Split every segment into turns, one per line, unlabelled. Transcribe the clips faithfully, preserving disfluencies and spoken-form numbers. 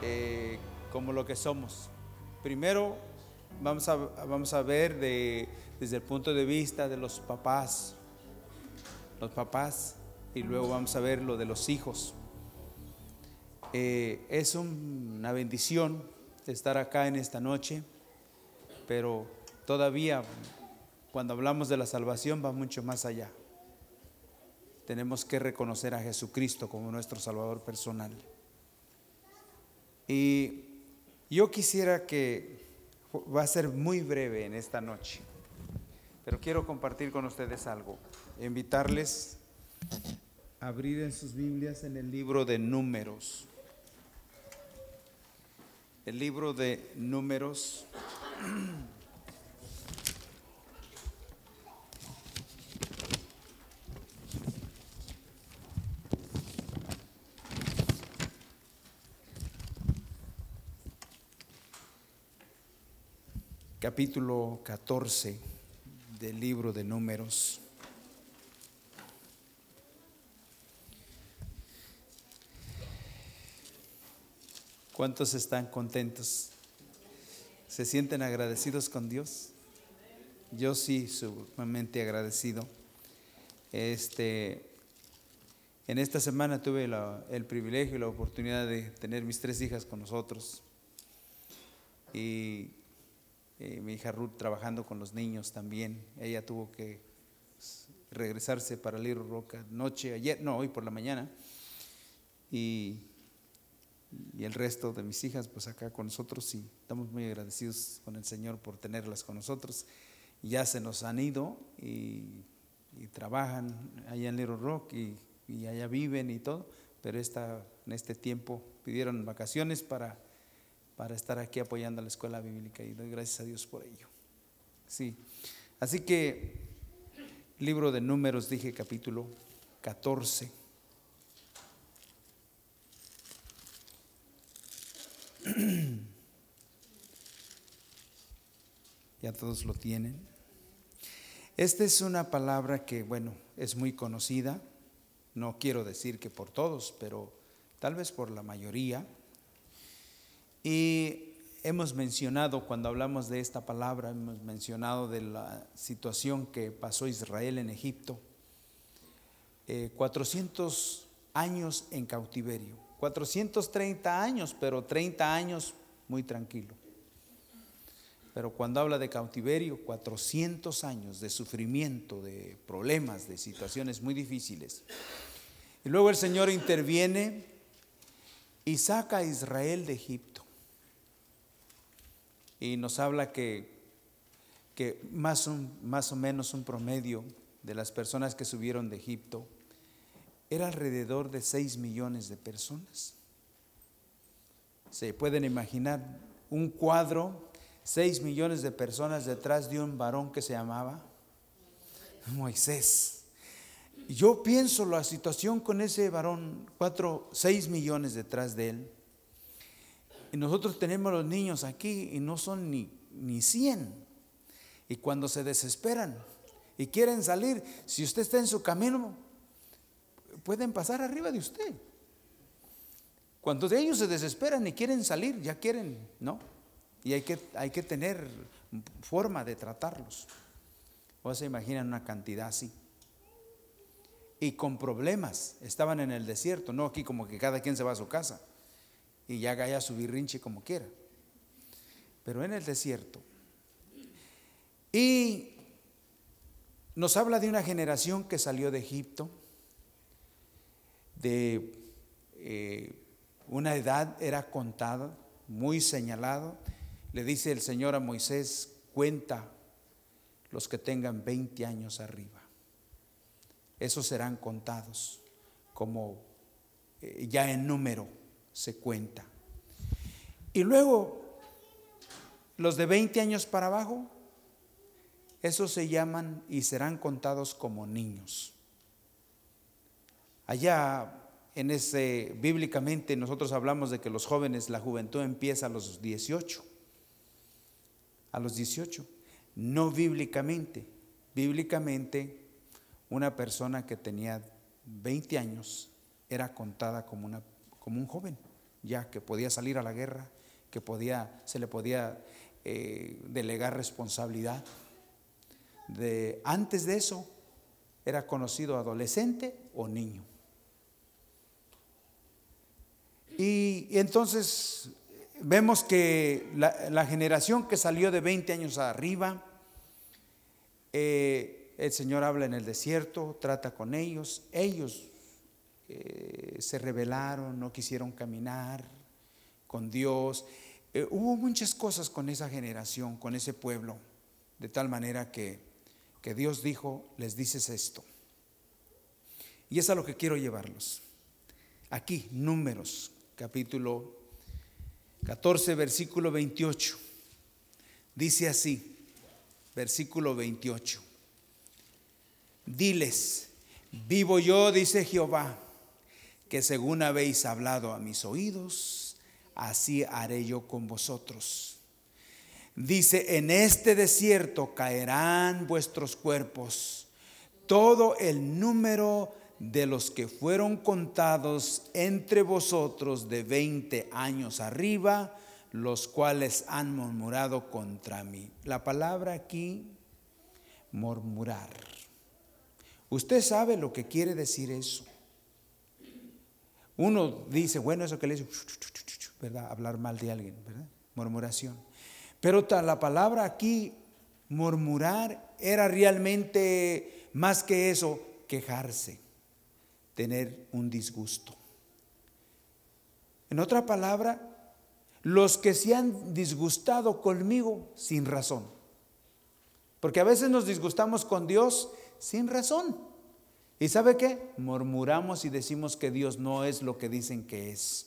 eh, como lo que somos. Primero vamos a, vamos a ver de, desde el punto de vista de los papás, los papás, y luego vamos a ver lo de los hijos. Eh, es un, una bendición estar acá en esta noche, pero todavía cuando hablamos de la salvación va mucho más allá. Tenemos que reconocer a Jesucristo como nuestro Salvador personal. Y yo quisiera que, va a ser muy breve en esta noche, pero quiero compartir con ustedes algo, invitarles a abrir en sus Biblias en el libro de Números. El libro de Números. Capítulo catorce del libro de Números. ¿Cuántos están contentos? ¿Se sienten agradecidos con Dios? Yo sí, sumamente agradecido. Este, en esta semana tuve la, el privilegio y la oportunidad de tener mis tres hijas con nosotros. Y Eh, mi hija Ruth trabajando con los niños también. Ella tuvo que regresarse para Little Rock anoche, ayer, no, hoy por la mañana. Y, y el resto de mis hijas pues acá con nosotros, y estamos muy agradecidos con el Señor por tenerlas con nosotros. Ya se nos han ido y, y trabajan allá en Little Rock y, y allá viven y todo, pero esta, en este tiempo pidieron vacaciones para para estar aquí apoyando a la escuela bíblica, y doy gracias a Dios por ello. Sí, así que libro de Números, dije capítulo catorce. Ya todos lo tienen. Esta es una palabra que, bueno, es muy conocida. No quiero decir que por todos, pero tal vez por la mayoría. Y hemos mencionado, cuando hablamos de esta palabra, hemos mencionado de la situación que pasó Israel en Egipto. Eh, cuatrocientos años en cautiverio, cuatrocientos treinta años, pero treinta años muy tranquilo. Pero cuando habla de cautiverio, cuatrocientos años de sufrimiento, de problemas, de situaciones muy difíciles. Y luego el Señor interviene y saca a Israel de Egipto. Y nos habla que, que más, un, más o menos un promedio de las personas que subieron de Egipto era alrededor de seis millones de personas. Se pueden imaginar un cuadro, seis millones de personas detrás de un varón que se llamaba Moisés. Yo pienso la situación con ese varón, cuatro, seis millones detrás de él. Y nosotros tenemos los niños aquí y no son ni, ni cien. Y cuando se desesperan y quieren salir, si usted está en su camino, pueden pasar arriba de usted. Cuando ellos se desesperan y quieren salir, ya quieren, ¿no? Y hay que, hay que tener forma de tratarlos. O se imaginan una cantidad así. Y con problemas, estaban en el desierto, no aquí como que cada quien se va a su casa y ya haga su birrinche como quiera, pero en el desierto. Y nos habla de una generación que salió de Egipto, de eh, una edad era contada, muy señalado. Le dice el Señor a Moisés: cuenta los que tengan veinte años arriba, esos serán contados, como eh, ya en número se cuenta. Y luego los de veinte años para abajo, esos se llaman y serán contados como niños. Allá en ese, bíblicamente nosotros hablamos de que los jóvenes, la juventud empieza a los dieciocho, a los dieciocho, no bíblicamente. Bíblicamente una persona que tenía veinte años era contada como, una, como un joven. ya que podía salir a la guerra, que podía, se le podía eh, delegar responsabilidad. De, antes de eso era conocido adolescente o niño. Y, y entonces vemos que la, la generación que salió de veinte años arriba, eh, el Señor habla en el desierto, trata con ellos, ellos eh, se rebelaron, no quisieron caminar con Dios. Eh, hubo muchas cosas con esa generación, con ese pueblo, de tal manera que, que Dios dijo, les dices esto. Y es a lo que quiero llevarlos. Aquí, Números, capítulo catorce, versículo veintiocho. Dice así, versículo veintiocho. Diles, vivo yo, dice Jehová, que según habéis hablado a mis oídos, así haré yo con vosotros. Dice, en este desierto caerán vuestros cuerpos, todo el número de los que fueron contados entre vosotros de veinte años arriba, los cuales han murmurado contra mí. La palabra aquí, murmurar. Usted sabe lo que quiere decir eso. Uno dice, bueno, eso que le dice, ¿verdad? Hablar mal de alguien, ¿verdad? Murmuración. Pero la palabra aquí, murmurar, era realmente más que eso, quejarse, tener un disgusto. En otra palabra, los que se han disgustado conmigo sin razón. Porque a veces nos disgustamos con Dios sin razón. ¿Y sabe qué? Murmuramos y decimos que Dios no es lo que dicen que es.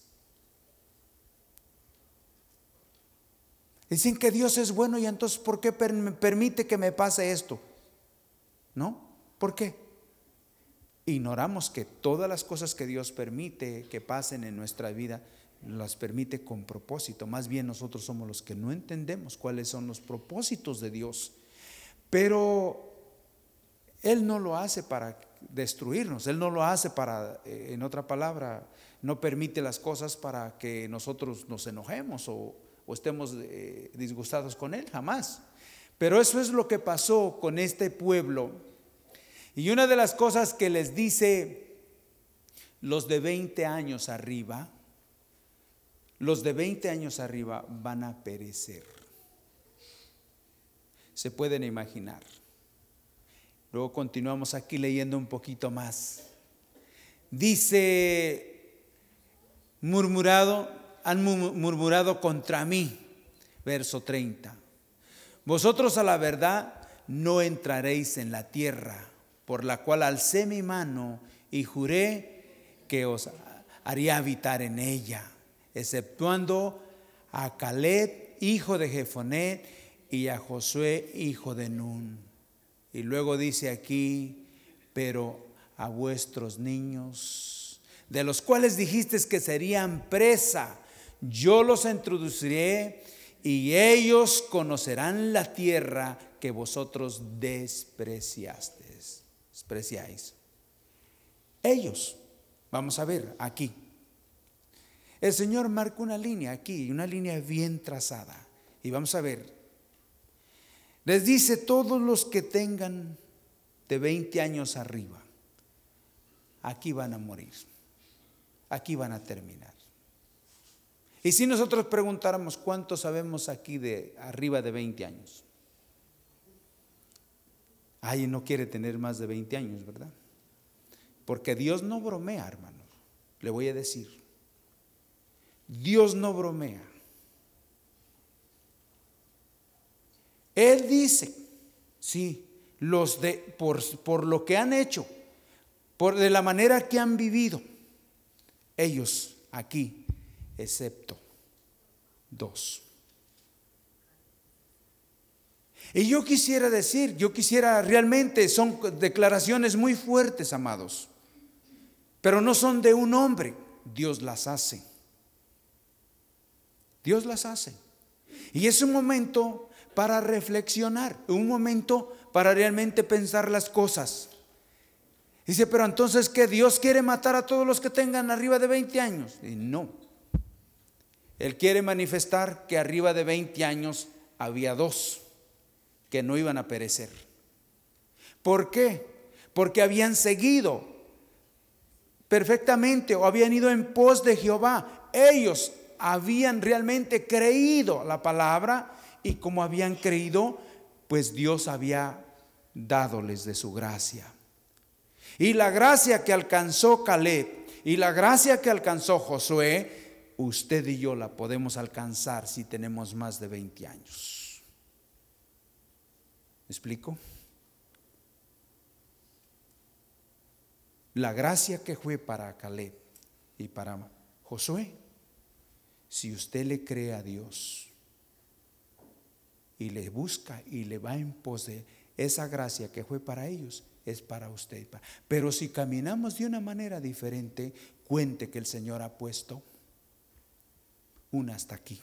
Dicen que Dios es bueno y entonces ¿por qué permite que me pase esto? ¿No? ¿Por qué? Ignoramos que todas las cosas que Dios permite que pasen en nuestra vida, las permite con propósito. Más bien nosotros somos los que no entendemos cuáles son los propósitos de Dios. Pero Él no lo hace para destruirnos, Él no lo hace para, en otra palabra, no permite las cosas para que nosotros nos enojemos o, o estemos eh, disgustados con Él, jamás. Pero eso es lo que pasó con este pueblo. Y una de las cosas que les dice los de veinte años arriba, los de veinte años arriba van a perecer. Se pueden imaginar. Luego continuamos aquí leyendo un poquito más. Dice, murmurado, han murmurado contra mí. Verso treinta. Vosotros a la verdad no entraréis en la tierra, por la cual alcé mi mano y juré que os haría habitar en ella, exceptuando a Caleb, hijo de Jefoné, y a Josué, hijo de Nun. Y luego dice aquí, pero a vuestros niños, de los cuales dijisteis que serían presa, yo los introduciré y ellos conocerán la tierra que vosotros despreciasteis, despreciáis. Ellos, vamos a ver aquí. El Señor marca una línea aquí, una línea bien trazada. Y vamos a ver. Les dice, todos los que tengan de veinte años arriba, aquí van a morir, aquí van a terminar. Y si nosotros preguntáramos, ¿cuántos sabemos aquí de arriba de veinte años? Ay, no quiere tener más de veinte años, ¿verdad? Porque Dios no bromea, hermano. Le voy a decir, Dios no bromea. Él dice, sí, los de por, por lo que han hecho, por de la manera que han vivido, ellos aquí, excepto dos. Y yo quisiera decir, yo quisiera realmente, son declaraciones muy fuertes, amados, pero no son de un hombre, Dios las hace. Dios las hace. Y es un momento para reflexionar, un momento para realmente pensar las cosas. Dice, pero entonces ¿qué? ¿Dios quiere matar a todos los que tengan arriba de veinte años? Y no. Él quiere manifestar que arriba de veinte años había dos que no iban a perecer. ¿Por qué? Porque habían seguido perfectamente o habían ido en pos de Jehová. Ellos habían realmente creído la palabra, y como habían creído, pues Dios había dadoles de su gracia. Y la gracia que alcanzó Caleb y la gracia que alcanzó Josué, usted y yo la podemos alcanzar si tenemos más de veinte años. ¿Me explico? La gracia que fue para Caleb y para Josué, si usted le cree a Dios y le busca y le va en pos de esa gracia que fue para ellos, es para usted. Pero si caminamos de una manera diferente, cuente que el Señor ha puesto una hasta aquí.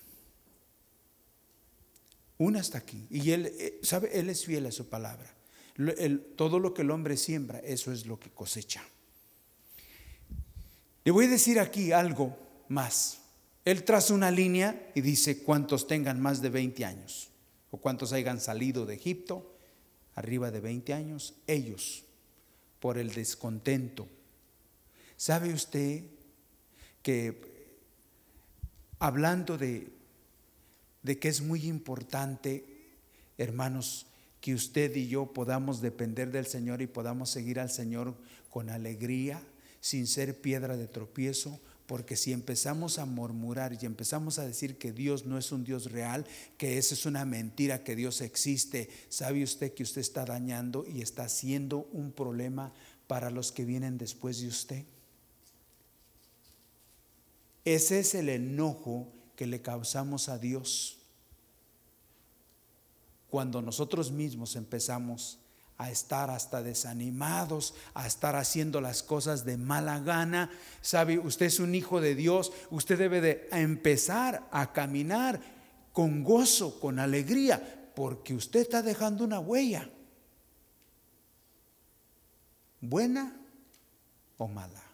Una hasta aquí. Y Él, ¿sabe? Él es fiel a su palabra. El, todo lo que el hombre siembra, eso es lo que cosecha. Le voy a decir aquí algo más. Él traza una línea y dice: cuantos tengan más de veinte años, o cuantos hayan salido de Egipto arriba de veinte años, ellos, por el descontento. ¿Sabe usted que hablando de, de que es muy importante, hermanos, que usted y yo podamos depender del Señor y podamos seguir al Señor con alegría, sin ser piedra de tropiezo? Porque si empezamos a murmurar y empezamos a decir que Dios no es un Dios real, que esa es una mentira, que Dios existe, ¿sabe usted que usted está dañando y está haciendo un problema para los que vienen después de usted? Ese es el enojo que le causamos a Dios cuando nosotros mismos empezamos a estar hasta desanimados, a estar haciendo las cosas de mala gana. Sabe, usted es un hijo de Dios, usted debe de empezar a caminar con gozo, con alegría, porque usted está dejando una huella, buena o mala.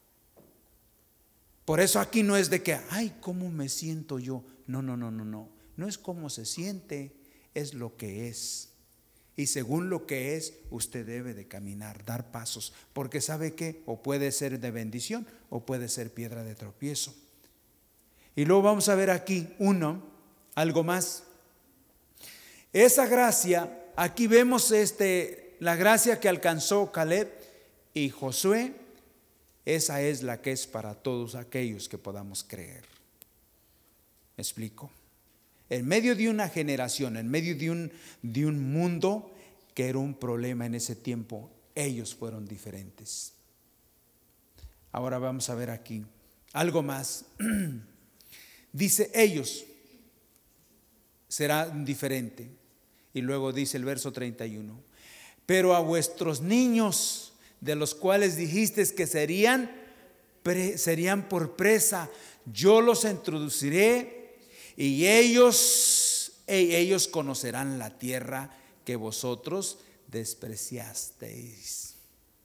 Por eso aquí no es de que, ay, ¿cómo me siento yo? No, no, no, no, no. No es cómo se siente, es lo que es. Y según lo que es, usted debe de caminar, dar pasos, porque sabe que o puede ser de bendición o puede ser piedra de tropiezo. Y luego vamos a ver aquí uno, algo más. Esa gracia, aquí vemos este, la gracia que alcanzó Caleb y Josué, esa es la que es para todos aquellos que podamos creer. ¿Me explico? En medio de una generación, en medio de un, de un mundo que era un problema en ese tiempo, ellos fueron diferentes. Ahora vamos a ver aquí algo más. Dice: ellos serán diferentes. Y luego dice el verso treinta y uno: pero a vuestros niños, de los cuales dijisteis que serían, pre, serían por presa, yo los introduciré, y ellos, ellos conocerán la tierra que vosotros despreciasteis.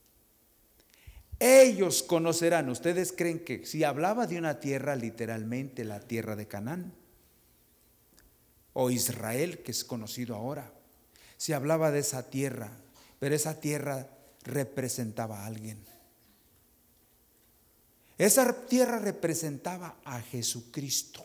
Ellos conocerán. ¿Ustedes creen que si hablaba de una tierra, literalmente la tierra de Canaán o Israel, que es conocido ahora? Si hablaba de esa tierra, pero esa tierra representaba a alguien. Esa tierra representaba a Jesucristo.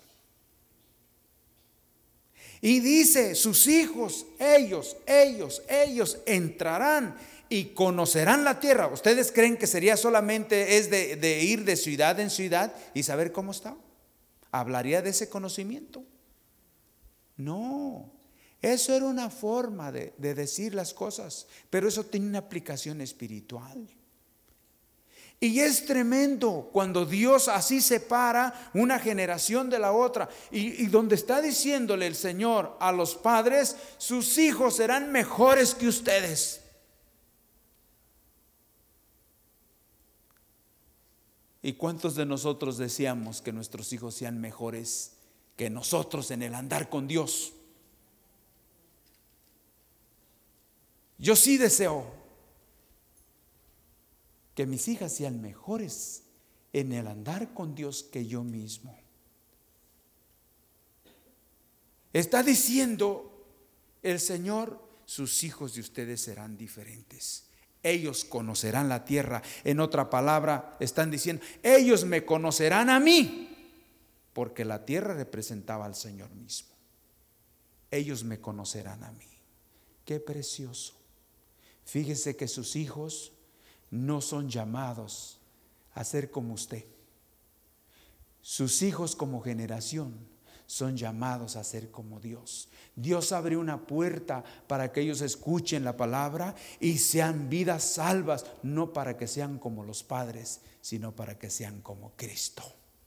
Y dice: sus hijos, ellos, ellos, ellos entrarán y conocerán la tierra. ¿Ustedes creen que sería solamente es de, de ir de ciudad en ciudad y saber cómo está? ¿Hablaría de ese conocimiento? No, eso era una forma de, de decir las cosas, pero eso tiene una aplicación espiritual. Y es tremendo cuando Dios así separa una generación de la otra, y, y donde está diciéndole el Señor a los padres: sus hijos serán mejores que ustedes. ¿Y cuántos de nosotros deseamos que nuestros hijos sean mejores que nosotros en el andar con Dios? Yo sí deseo que mis hijas sean mejores en el andar con Dios que yo mismo. Está diciendo el Señor, sus hijos de ustedes serán diferentes. Ellos conocerán la tierra. En otra palabra, están diciendo, ellos me conocerán a mí, porque la tierra representaba al Señor mismo. Ellos me conocerán a mí. Qué precioso. Fíjese que sus hijos no son llamados a ser como usted. Sus hijos como generación son llamados a ser como Dios. Dios abre una puerta para que ellos escuchen la palabra y sean vidas salvas, no para que sean como los padres, sino para que sean como Cristo.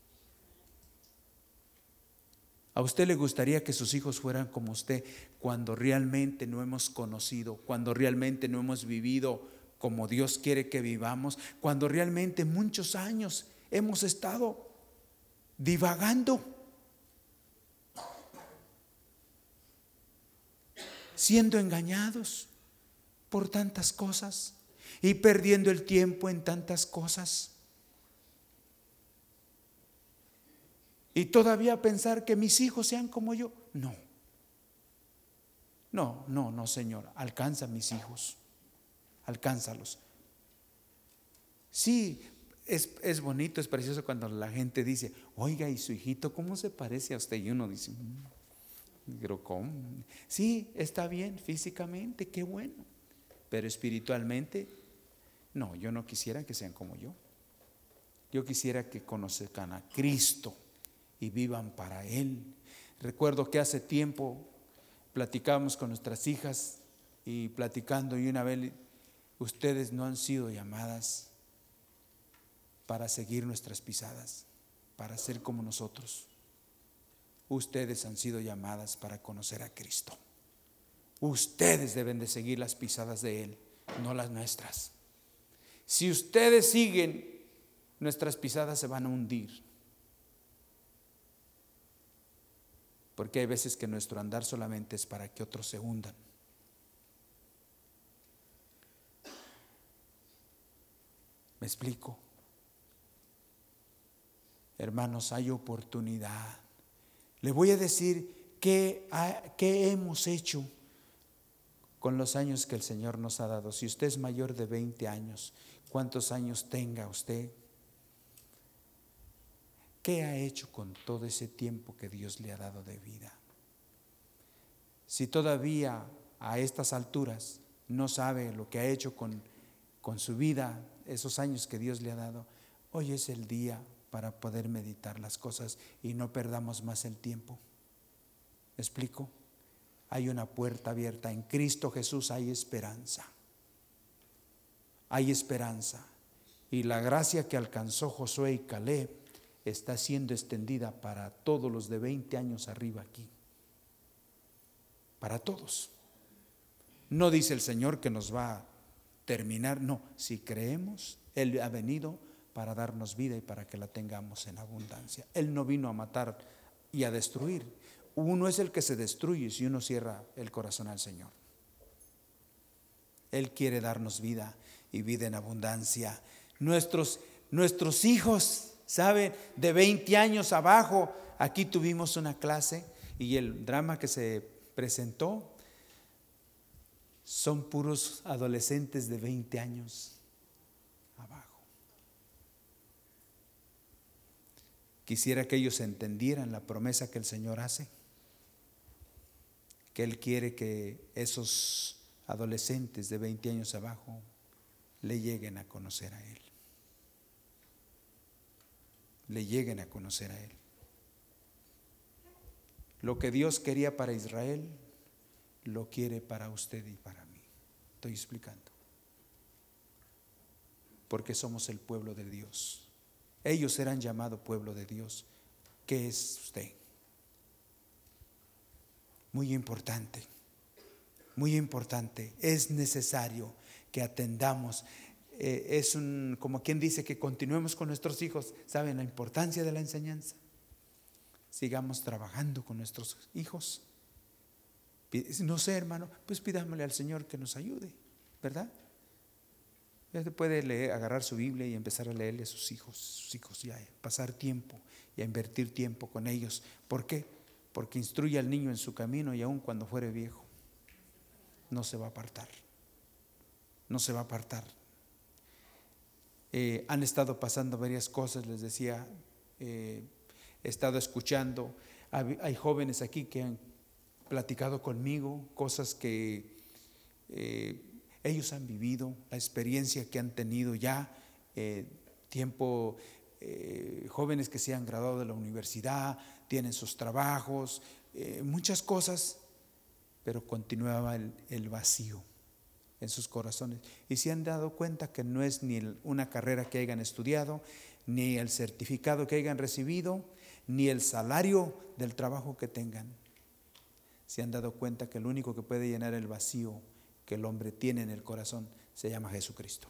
¿A usted le gustaría que sus hijos fueran como usted cuando realmente no hemos conocido, cuando realmente no hemos vivido como Dios quiere que vivamos, cuando realmente muchos años hemos estado divagando, siendo engañados por tantas cosas y perdiendo el tiempo en tantas cosas? Y todavía pensar que mis hijos sean como yo. No, no, no, no, Señor, alcanza a mis hijos, alcánzalos. Sí, es, es bonito, es precioso cuando la gente dice, oiga, ¿y su hijito cómo se parece a usted? Y uno dice, pero ¿cómo? Sí, está bien físicamente, qué bueno, pero espiritualmente, no, yo no quisiera que sean como yo. Yo quisiera que conozcan a Cristo y vivan para Él. Recuerdo que hace tiempo platicábamos con nuestras hijas y platicando, y una vez, ustedes no han sido llamadas para seguir nuestras pisadas, para ser como nosotros. Ustedes han sido llamadas para conocer a Cristo. Ustedes deben de seguir las pisadas de Él, no las nuestras. Si ustedes siguen nuestras pisadas, se van a hundir. Porque hay veces que nuestro andar solamente es para que otros se hundan. ¿Me explico? Hermanos, hay oportunidad. Le voy a decir qué, qué hemos hecho con los años que el Señor nos ha dado. Si usted es mayor de veinte años, ¿cuántos años tenga usted? ¿Qué ha hecho con todo ese tiempo que Dios le ha dado de vida? Si todavía a estas alturas no sabe lo que ha hecho con, con su vida, esos años que Dios le ha dado, hoy es el día para poder meditar las cosas y no perdamos más el tiempo. ¿Me explico? Hay una puerta abierta. En Cristo Jesús hay esperanza. Hay esperanza. Y la gracia que alcanzó Josué y Caleb está siendo extendida para todos los de veinte años arriba aquí. Para todos. No dice el Señor que nos va a terminar. No, si creemos, Él ha venido para darnos vida y para que la tengamos en abundancia. Él no vino a matar y a destruir. Uno es el que se destruye si uno cierra el corazón al Señor. Él quiere darnos vida y vida en abundancia. Nuestros, nuestros hijos, ¿saben? De veinte años abajo, aquí tuvimos una clase y el drama que se presentó son puros adolescentes de veinte años abajo. Quisiera que ellos entendieran la promesa que el Señor hace, que Él quiere que esos adolescentes de veinte años abajo le lleguen a conocer a Él. Le lleguen a conocer a Él. Lo que Dios quería para Israel, lo quiere para usted y para mí. Estoy explicando. Porque somos el pueblo de Dios. Ellos serán llamados pueblo de Dios. ¿Qué es usted? Muy importante, muy importante. Es necesario que atendamos. Eh, es un, como quien dice, que continuemos con nuestros hijos. ¿Saben la importancia de la enseñanza? Sigamos trabajando con nuestros hijos. No sé, hermano, pues pidámosle al Señor que nos ayude, ¿verdad? Usted puede leer, agarrar su Biblia y empezar a leerle a sus hijos, sus hijos ya, pasar tiempo y a invertir tiempo con ellos. ¿Por qué? porque instruye al niño en su camino y aun cuando fuere viejo, no se va a apartar, no se va a apartar. Eh, han estado pasando varias cosas, les decía, eh, he estado escuchando, hay, hay jóvenes aquí que han platicado conmigo cosas que eh, ellos han vivido, la experiencia que han tenido ya, eh, tiempo, eh, jóvenes que se han graduado de la universidad, tienen sus trabajos, eh, muchas cosas, pero continuaba el, el vacío en sus corazones, y se han dado cuenta que no es ni el, una carrera que hayan estudiado, ni el certificado que hayan recibido, ni el salario del trabajo que tengan. Se han dado cuenta que el único que puede llenar el vacío que el hombre tiene en el corazón se llama Jesucristo.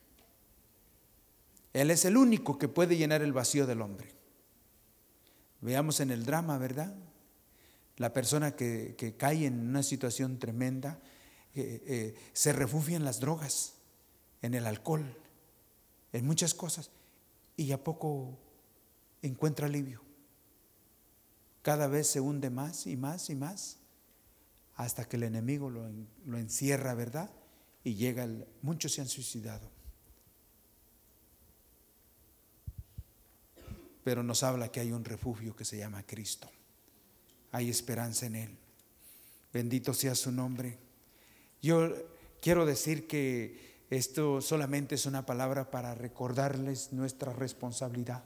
Él es el único que puede llenar el vacío del hombre. Veamos en el drama, ¿verdad? La persona que, que cae en una situación tremenda, eh, eh, se refugia en las drogas, en el alcohol, en muchas cosas, y a poco encuentra alivio. Cada vez se hunde más y más y más, hasta que el enemigo lo, lo encierra, ¿verdad? Y llega, el, muchos se han suicidado. Pero nos habla que hay un refugio que se llama Cristo. Hay esperanza en Él. Bendito sea su nombre. Yo quiero decir que esto solamente es una palabra para recordarles nuestra responsabilidad.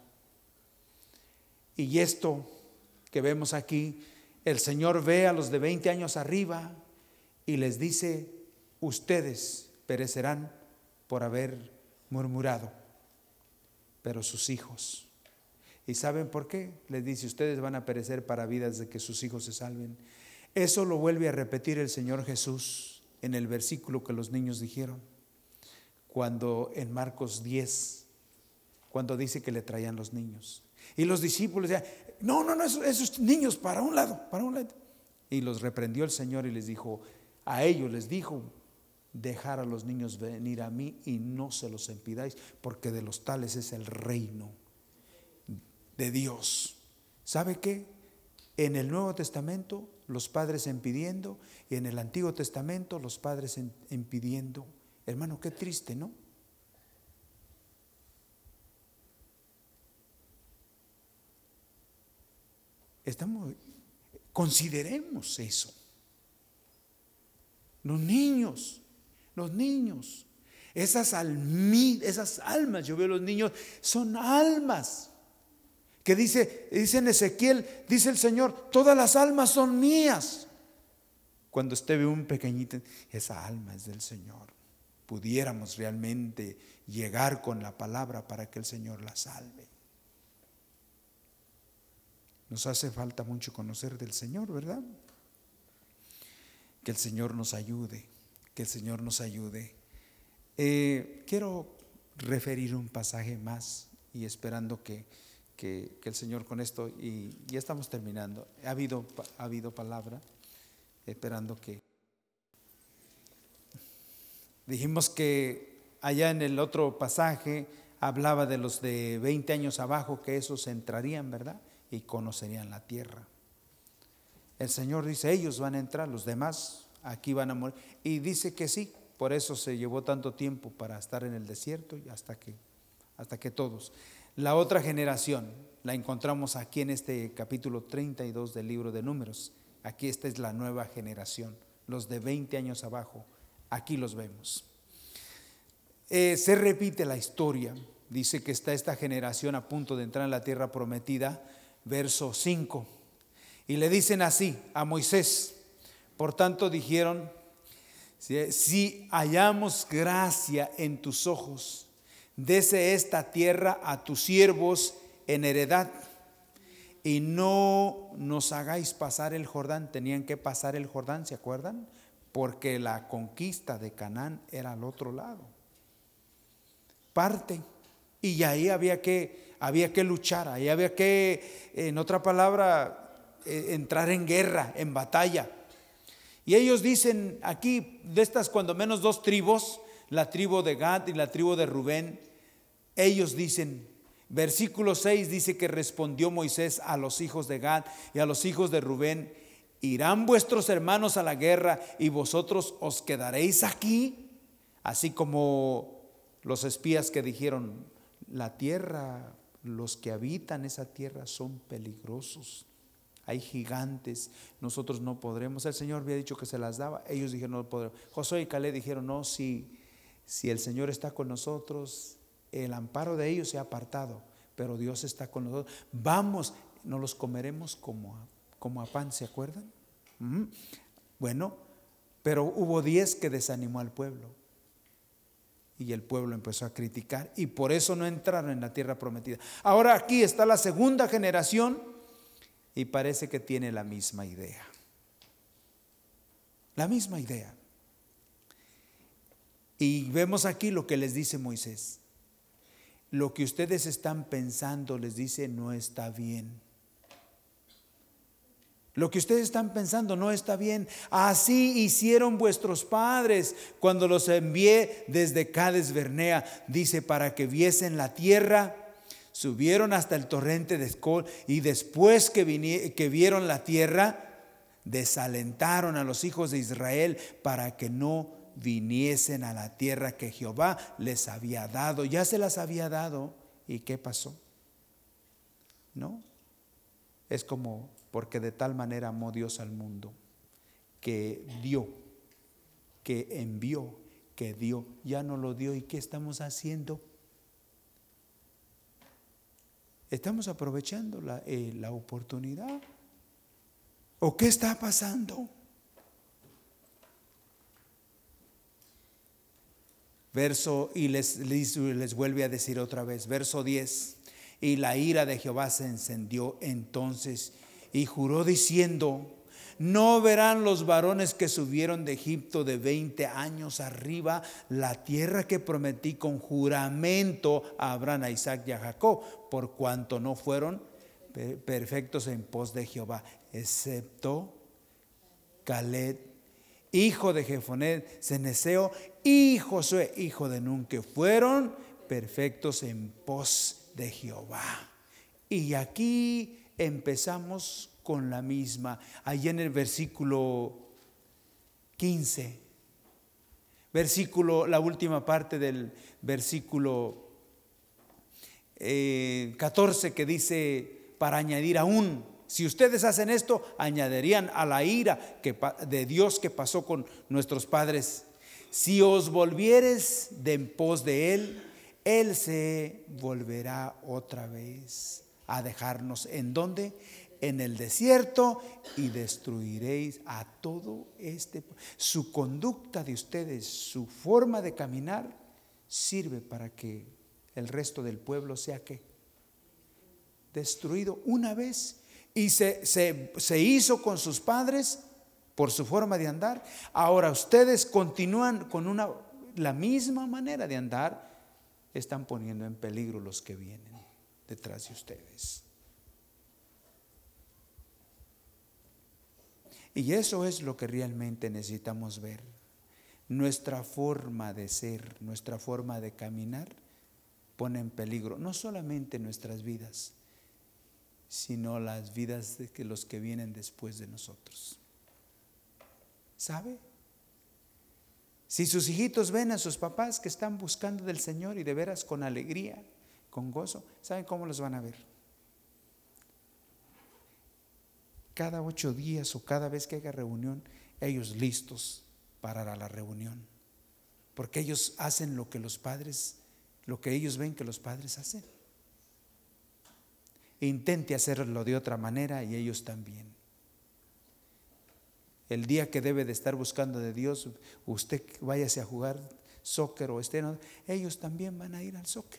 Y esto que vemos aquí, el Señor ve a los de veinte años arriba y les dice: ustedes perecerán por haber murmurado, pero sus hijos. ¿Y saben por qué? Les dice: ustedes van a perecer para vidas de que sus hijos se salven. Eso lo vuelve a repetir el Señor Jesús en el versículo que los niños dijeron, cuando en Marcos diez, cuando dice que le traían los niños. Y los discípulos decían: no, no, no, esos, esos niños para un lado, para un lado. Y los reprendió el Señor y les dijo, a ellos les dijo: dejar a los niños venir a mí y no se los impidáis, porque de los tales es el reino de Dios. ¿Sabe qué? En el Nuevo Testamento los padres impidiendo, y en el Antiguo Testamento los padres impidiendo. Hermano, qué triste, ¿no? Estamos, consideremos eso. Los niños, los niños, esas almas, esas almas, yo veo los niños, son almas. Que dice, dice en Ezequiel, dice el Señor: todas las almas son mías. Cuando usted ve un pequeñito, esa alma es del Señor. Pudiéramos realmente llegar con la palabra para que el Señor la salve. Nos hace falta mucho conocer del Señor, ¿verdad? Que el Señor nos ayude, que el Señor nos ayude. Eh, quiero referir un pasaje más y esperando que Que, que el Señor con esto, y ya estamos terminando, ha habido, ha habido palabra, esperando que dijimos que allá en el otro pasaje hablaba de los de veinte años abajo, que esos entrarían, ¿verdad? Y conocerían la tierra. El Señor dice: ellos van a entrar, los demás aquí van a morir, y dice que sí, por eso se llevó tanto tiempo para estar en el desierto y hasta que, hasta que todos. La otra generación la encontramos aquí en este capítulo treinta y dos del libro de Números. Aquí esta es la nueva generación, los de veinte años abajo, aquí los vemos. Eh, se repite la historia, dice que está esta generación a punto de entrar en la tierra prometida, verso cinco, y le dicen así a Moisés: por tanto dijeron, si, si hallamos gracia en tus ojos, dese esta tierra a tus siervos en heredad, y no nos hagáis pasar el Jordán. Tenían que pasar el Jordán, ¿se acuerdan? Porque la conquista de Canaán era al otro lado. Parte, y ahí había que, había que luchar, ahí había que, en otra palabra, eh, entrar en guerra, en batalla. Y ellos dicen aquí, de estas cuando menos dos tribus, la tribu de Gad y la tribu de Rubén, ellos dicen: Versículo seis dice que respondió Moisés a los hijos de Gad y a los hijos de Rubén: ¿irán vuestros hermanos a la guerra y vosotros os quedaréis aquí? Así como los espías que dijeron: la tierra, los que habitan esa tierra son peligrosos, hay gigantes, nosotros no podremos. El Señor había dicho que se las daba, ellos dijeron: no podremos. Josué y Caleb dijeron: no, si, si el Señor está con nosotros, el amparo de ellos se ha apartado, pero Dios está con nosotros. Vamos, no los comeremos como a, como a pan, ¿se acuerdan? ¿Mm? Bueno, pero hubo diez que desanimó al pueblo. Y el pueblo empezó a criticar y por eso no entraron en la tierra prometida. Ahora aquí está la segunda generación y parece que tiene la misma idea. La misma idea. Y vemos aquí lo que les dice Moisés: lo que ustedes están pensando, les dice, no está bien. Lo que ustedes están pensando no está bien. Así hicieron vuestros padres cuando los envié desde Cades Barnea, dice, para que viesen la tierra. Subieron hasta el torrente de Escol y después que, vinie, que vieron la tierra, desalentaron a los hijos de Israel para que no viniesen a la tierra que Jehová les había dado. Ya se las había dado. ¿Y qué pasó? ¿No? Es como: porque de tal manera amó Dios al mundo, que dio, que envió, que dio. Ya no lo dio. ¿Y qué estamos haciendo? ¿Estamos aprovechando la, eh, la oportunidad? ¿O qué está pasando? Verso, y les, les, les vuelve a decir otra vez, verso diez: y la ira de Jehová se encendió entonces y juró diciendo: no verán los varones que subieron de Egipto de veinte años arriba la tierra que prometí con juramento a Abraham, a Isaac y a Jacob, por cuanto no fueron perfectos en pos de Jehová, excepto Caleb, hijo de Jefoné Ceneseo, y Josué, hijo de Nun, que fueron perfectos en pos de Jehová. Y aquí empezamos con la misma. Allí en el versículo quince, versículo, la última parte del versículo eh, catorce, que dice: para añadir aún, si ustedes hacen esto, añadirían a la ira que, de Dios que pasó con nuestros padres. Si os volvieres de en pos de Él, Él se volverá otra vez a dejarnos. ¿En dónde? En el desierto, y destruiréis a todo este. Su conducta de ustedes, su forma de caminar, sirve para que el resto del pueblo sea ¿qué? Destruido una vez. Y se, se, se hizo con sus padres por su forma de andar. Ahora ustedes continúan con una, la misma manera de andar. Están poniendo en peligro los que vienen detrás de ustedes. Y eso es lo que realmente necesitamos ver. Nuestra forma de ser, nuestra forma de caminar pone en peligro no solamente nuestras vidas, sino las vidas de que los que vienen después de nosotros. ¿Sabe? Si sus hijitos ven a sus papás que están buscando del Señor y de veras con alegría, con gozo, ¿saben cómo los van a ver? Cada ocho días o cada vez que haya reunión, ellos listos para la reunión, porque ellos hacen lo que los padres, lo que ellos ven que los padres hacen. Intente hacerlo de otra manera y ellos también. El día que debe de estar buscando de Dios, usted váyase a jugar soccer o esté, ellos también van a ir al soccer.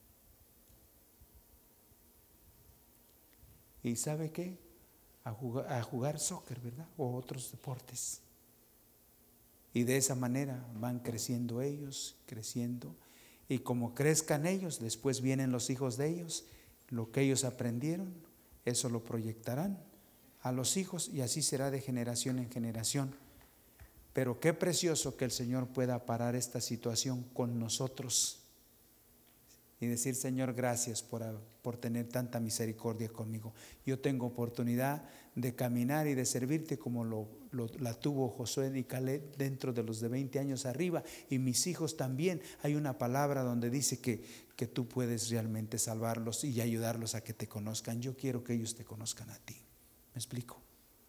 ¿Y sabe qué? A jugar, a jugar soccer, ¿verdad? O otros deportes. Y de esa manera van creciendo ellos, creciendo. Y como crezcan ellos, después vienen los hijos de ellos. Lo que ellos aprendieron, eso lo proyectarán a los hijos y así será de generación en generación. Pero qué precioso que el Señor pueda parar esta situación con nosotros. y decir: Señor, gracias por, por tener tanta misericordia conmigo. Yo tengo oportunidad de caminar y de servirte como lo, lo, la tuvo Josué y Caleb dentro de los de veinte años arriba, y mis hijos también. Hay una palabra donde dice que, que tú puedes realmente salvarlos y ayudarlos a que te conozcan. Yo quiero que ellos te conozcan a ti. ¿Me explico?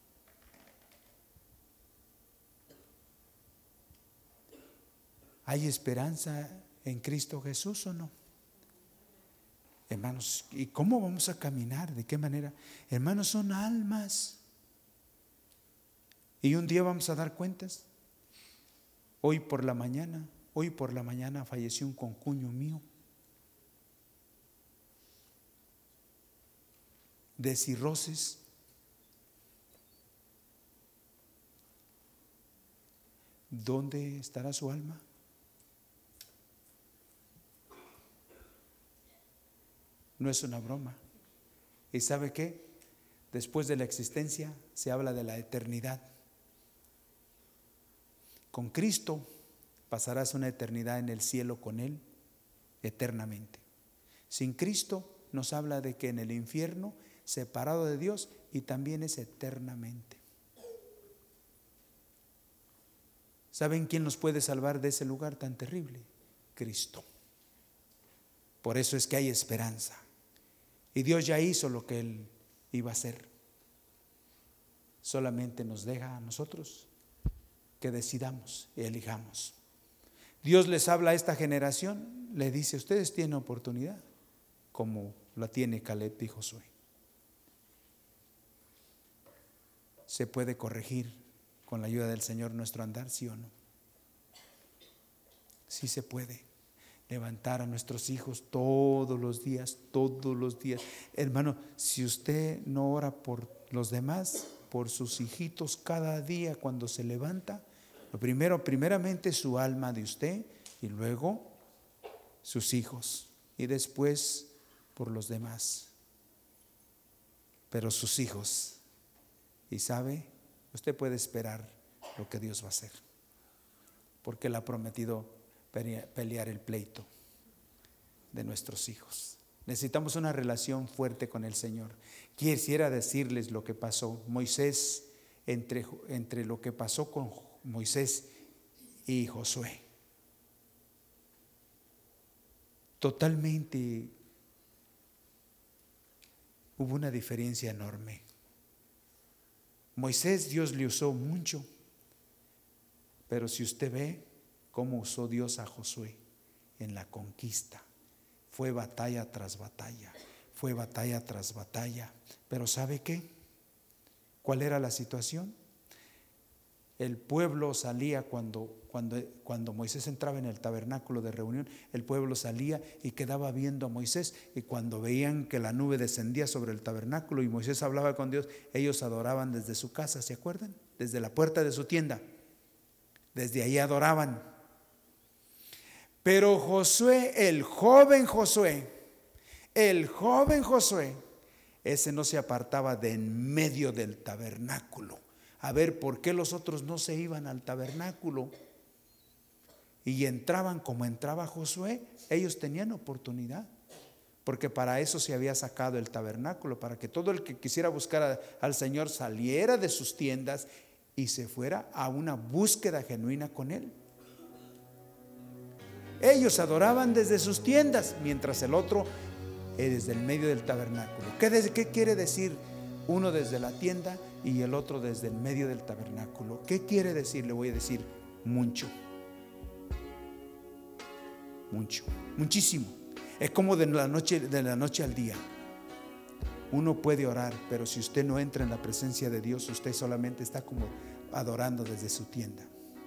¿Hay esperanza en Cristo Jesús o no? Hermanos, ¿y cómo vamos a caminar? ¿De qué manera? Hermanos, son almas. Y un día vamos a dar cuentas. Hoy por la mañana, hoy por la mañana falleció un concuño mío de cirrosis. ¿Dónde estará su alma? No es una broma. ¿Y sabe qué? Después de la existencia se habla de la eternidad. Con Cristo pasarás una eternidad en el cielo con Él eternamente. Sin Cristo nos habla de que en el infierno, separado de Dios, y también es eternamente. ¿Saben quién nos puede salvar de ese lugar tan terrible? Cristo. Por eso es que hay esperanza. Y Dios ya hizo lo que Él iba a hacer. Solamente nos deja a nosotros que decidamos y elijamos. Dios les habla a esta generación, le dice: ustedes tienen oportunidad, como la tiene Caleb y Josué. ¿Se puede corregir con la ayuda del Señor nuestro andar, sí o no? Sí se puede. Levantar a nuestros hijos todos los días, todos los días. Hermano, si usted no ora por los demás, por sus hijitos cada día cuando se levanta, lo primero, primeramente su alma de usted, y luego sus hijos, y después por los demás. Pero sus hijos, y sabe, usted puede esperar lo que Dios va a hacer, porque Él ha prometido pelear el pleito de nuestros hijos. Necesitamos una relación fuerte con el Señor. Quisiera decirles lo que pasó Moisés, entre, entre lo que pasó con Moisés y Josué. Totalmente hubo una diferencia enorme. Moisés, Dios le usó mucho, pero si usted ve cómo usó Dios a Josué en la conquista, fue batalla tras batalla, fue batalla tras batalla. Pero ¿sabe qué? ¿Cuál era la situación? El pueblo salía cuando, cuando, cuando Moisés entraba en el tabernáculo de reunión, el pueblo salía y quedaba viendo a Moisés, y cuando veían que la nube descendía sobre el tabernáculo y Moisés hablaba con Dios, ellos adoraban desde su casa, ¿se acuerdan? Desde la puerta de su tienda, desde ahí adoraban. Pero Josué, el joven Josué, el joven Josué, ese no se apartaba de en medio del tabernáculo. A ver, ¿por qué los otros no se iban al tabernáculo y entraban como entraba Josué? Ellos tenían oportunidad, porque para eso se había sacado el tabernáculo, para que todo el que quisiera buscar a, al Señor saliera de sus tiendas y se fuera a una búsqueda genuina con Él. Ellos adoraban desde sus tiendas, mientras el otro eh, desde el medio del tabernáculo. ¿Qué, desde, ¿Qué quiere decir uno desde la tienda y el otro desde el medio del tabernáculo? ¿Qué quiere decir? Le voy a decir mucho. Mucho, muchísimo. Es como de la noche, de la noche al día. Uno puede orar, pero si usted no entra en la presencia de Dios, usted solamente está como adorando desde su tienda.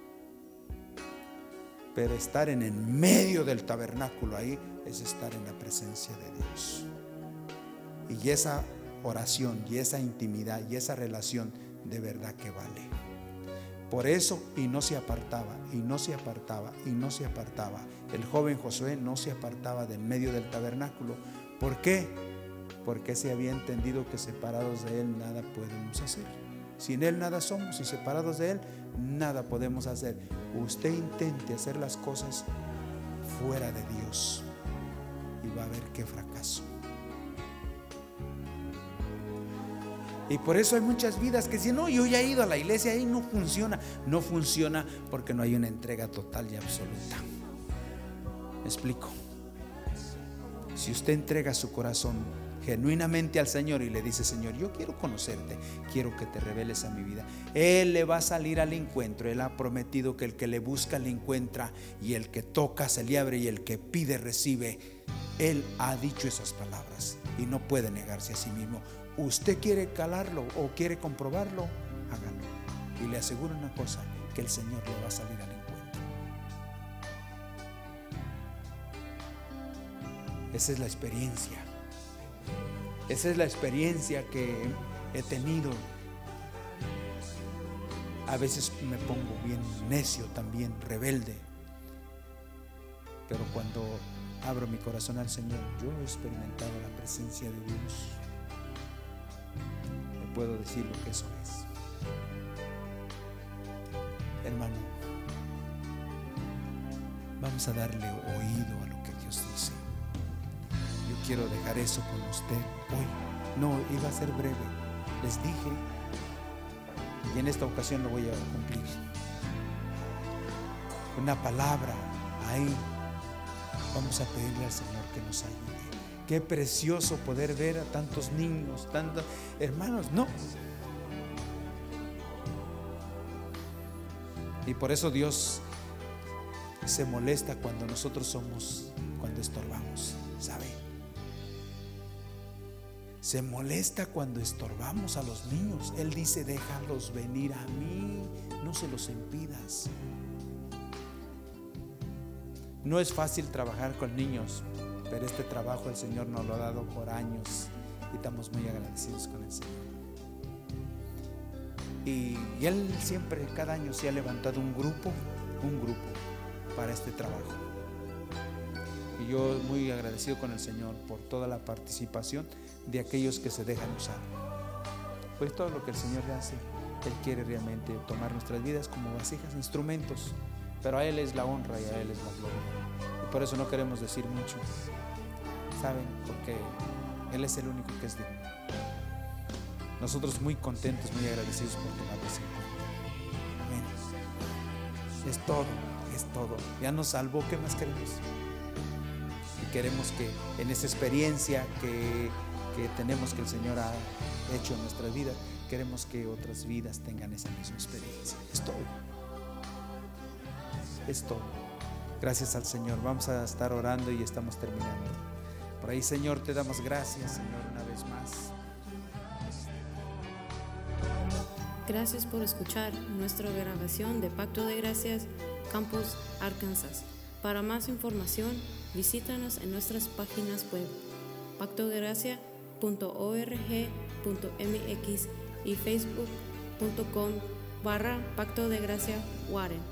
Pero estar en el medio del tabernáculo, ahí es estar en la presencia de Dios. Y esa oración y esa intimidad y esa relación de verdad que vale. Por eso, y no se apartaba, y no se apartaba, y no se apartaba. El joven Josué no se apartaba del medio del tabernáculo. ¿Por qué? Porque se había entendido que separados de Él nada podemos hacer. Sin Él nada somos, y separados de Él nada podemos hacer. Usted intente hacer las cosas fuera de Dios, y va a ver qué fracaso. Y por eso hay muchas vidas que dicen, no, yo ya he ido a la iglesia, ahí no funciona. No funciona porque no hay una entrega total y absoluta. ¿Me explico? Si usted entrega su corazón genuinamente al Señor y le dice, Señor, yo quiero conocerte, quiero que te reveles a mi vida, Él le va a salir al encuentro. Él ha prometido que el que le busca le encuentra, y el que toca se le abre, y el que pide recibe. Él ha dicho esas palabras y no puede negarse a sí mismo. Usted quiere calarlo o quiere comprobarlo, hágalo, y le aseguro una cosa, que el Señor le va a salir al encuentro. Esa es la experiencia. Esa es la experiencia que he tenido. A veces me pongo bien necio también, rebelde. Pero cuando abro mi corazón al Señor, yo he experimentado la presencia de Dios. Le puedo decir lo que eso es. Hermano, vamos a darle oído a lo que Dios dice. Yo quiero dejar eso con usted hoy. No, iba a ser breve. Les dije, y en esta ocasión lo voy a cumplir. Una palabra ahí. Vamos a pedirle al Señor que nos ayude. Qué precioso poder ver a tantos niños, tantos hermanos. No. Y por eso Dios se molesta cuando nosotros somos, cuando estorbamos, ¿sabe? Se molesta cuando estorbamos a los niños. Él dice, déjalos venir a mí, no se los impidas. No es fácil trabajar con niños, pero este trabajo el Señor nos lo ha dado por años y estamos muy agradecidos con el Señor. Y, y Él siempre, cada año se ha levantado un grupo, un grupo para este trabajo. Y yo muy agradecido con el Señor por toda la participación de aquellos que se dejan usar. Pues todo lo que el Señor le hace, Él quiere realmente tomar nuestras vidas como vasijas, instrumentos. Pero a Él es la honra y a Él es la gloria. Y por eso no queremos decir mucho, ¿saben? Porque Él es el único que es digno. Nosotros muy contentos, muy agradecidos por tomarnos en cuenta. Amén. Es todo, es todo. Ya nos salvó, ¿qué más queremos? Y queremos que en esa experiencia que, que tenemos, que el Señor ha hecho en nuestra vida, queremos que otras vidas tengan esa misma experiencia. Es todo. Es todo. Gracias al Señor. Vamos a estar orando y estamos terminando. Por ahí, Señor, te damos gracias, Señor, una vez más.
Gracias por escuchar nuestra grabación de Pacto de Gracias, Campus, Arkansas. Para más información, visítanos en nuestras páginas web pacto de gracia punto org punto mx y facebook punto com barra Pacto de Gracia Warren.